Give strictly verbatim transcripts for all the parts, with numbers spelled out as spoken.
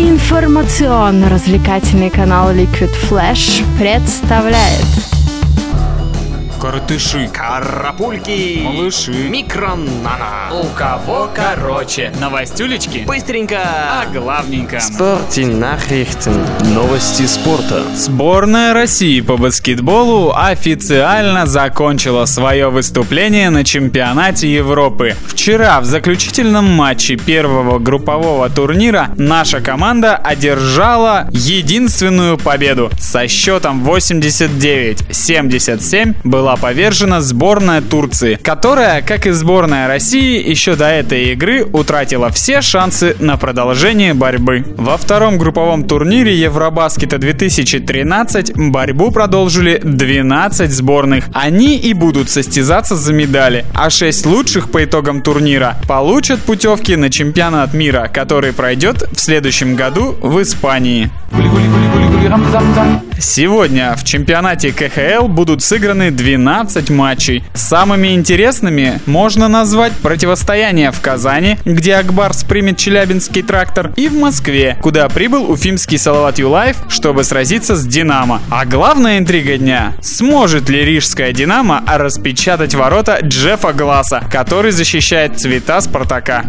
Информационно-развлекательный канал Liquid Flash представляет Коротыши, карапульки, малыши, микронана. У кого короче? Новостюлечки? Быстренько, А главненько. Спорти Nachrichten. Новости спорта. Сборная России по баскетболу официально закончила свое выступление на чемпионате Европы. Вчера в заключительном матче первого группового турнира наша команда одержала единственную победу. Со счетом восемьдесят девять семьдесят семь была повержена сборная Турции, которая, как и сборная России, еще до этой игры утратила все шансы на продолжение борьбы. Во втором групповом турнире Евробаскета две тысячи тринадцать борьбу продолжили двенадцать сборных. Они и будут состязаться за медали, а шесть лучших по итогам турнира получат путевки на чемпионат мира, который пройдет в следующем году в Испании. Сегодня в чемпионате ка ха эл будут сыграны двенадцать матчей. Самыми интересными можно назвать противостояние в Казани, где Акбарс примет Челябинский Трактор, и в Москве, куда прибыл уфимский Салават Юлаев, чтобы сразиться с Динамо. А главная интрига дня – сможет ли рижская Динамо распечатать ворота Джеффа Гласса, который защищает цвета Спартака.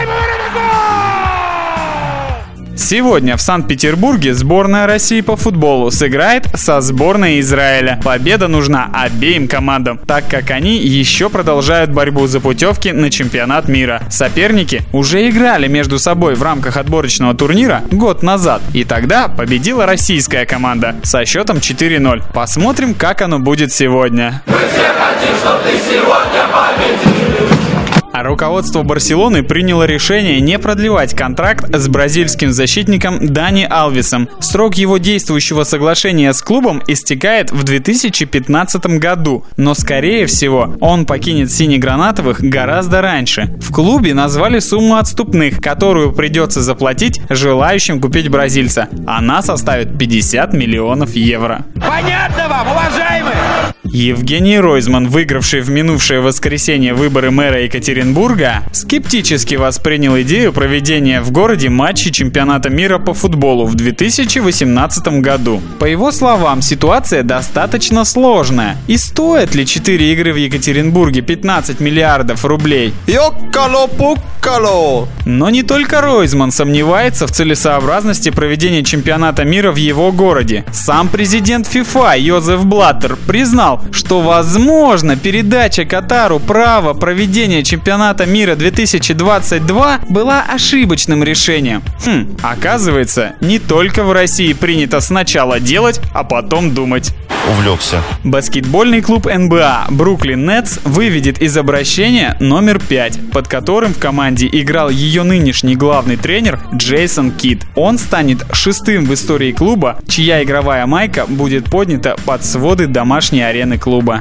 Сегодня в Санкт-Петербурге сборная России по футболу сыграет со сборной Израиля. Победа нужна обеим командам, так как они еще продолжают борьбу за путевки на чемпионат мира. Соперники уже играли между собой в рамках отборочного турнира год назад, и тогда победила российская команда со счетом четыре ноль. Посмотрим, как оно будет сегодня. Мы все хотим, чтобы ты сегодня победил. А руководство Барселоны приняло решение не продлевать контракт с бразильским защитником Дани Алвесом. Срок его действующего соглашения с клубом истекает в две тысячи пятнадцатом году, но, скорее всего, он покинет синегранатовых гораздо раньше. В клубе назвали сумму отступных, которую придется заплатить желающим купить бразильца. Она составит пятьдесят миллионов евро. Понятно вам, уважаемые? Евгений Ройзман, выигравший в минувшее воскресенье выборы мэра Екатеринбурга, скептически воспринял идею проведения в городе матчей чемпионата мира по футболу в две тысячи восемнадцатом году. По его словам, ситуация достаточно сложная. И стоят ли четыре игры в Екатеринбурге пятнадцать миллиардов рублей? Йоккало-пуккало! Но не только Ройзман сомневается в целесообразности проведения чемпионата мира в его городе. Сам президент ФИФА Йозеф Блаттер признал, что, возможно, передача Катару права проведения чемпионата мира две тысячи двадцать два была ошибочным решением. Хм, оказывается, не только в России принято сначала делать, а потом думать. Увлекся. Баскетбольный клуб эн бэ а Бруклин Нетс выведет из обращения номер пять, под которым в команде играл ее нынешний главный тренер Джейсон Кидд. Он станет шестым в истории клуба, чья игровая майка будет поднята под своды домашней арены клуба.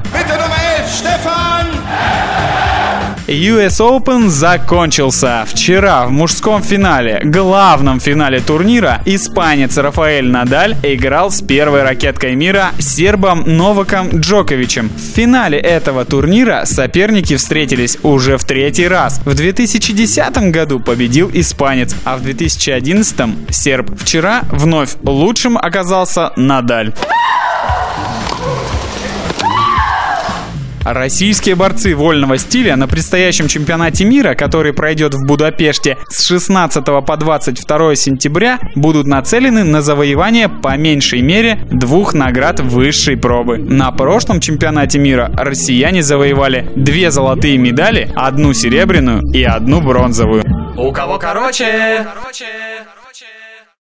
ю эс Open закончился. Вчера в мужском финале, главном финале турнира, испанец Рафаэль Надаль играл с первой ракеткой мира сербом Новаком Джоковичем. В финале этого турнира соперники встретились уже в третий раз. В две тысячи десятом году победил испанец, а в две тысячи одиннадцатом серб. Вчера вновь лучшим оказался Надаль. Российские борцы вольного стиля на предстоящем чемпионате мира, который пройдет в Будапеште с шестнадцатого по двадцать второе сентября, будут нацелены на завоевание по меньшей мере двух наград высшей пробы. На прошлом чемпионате мира россияне завоевали две золотые медали, одну серебряную и одну бронзовую. У кого короче? короче.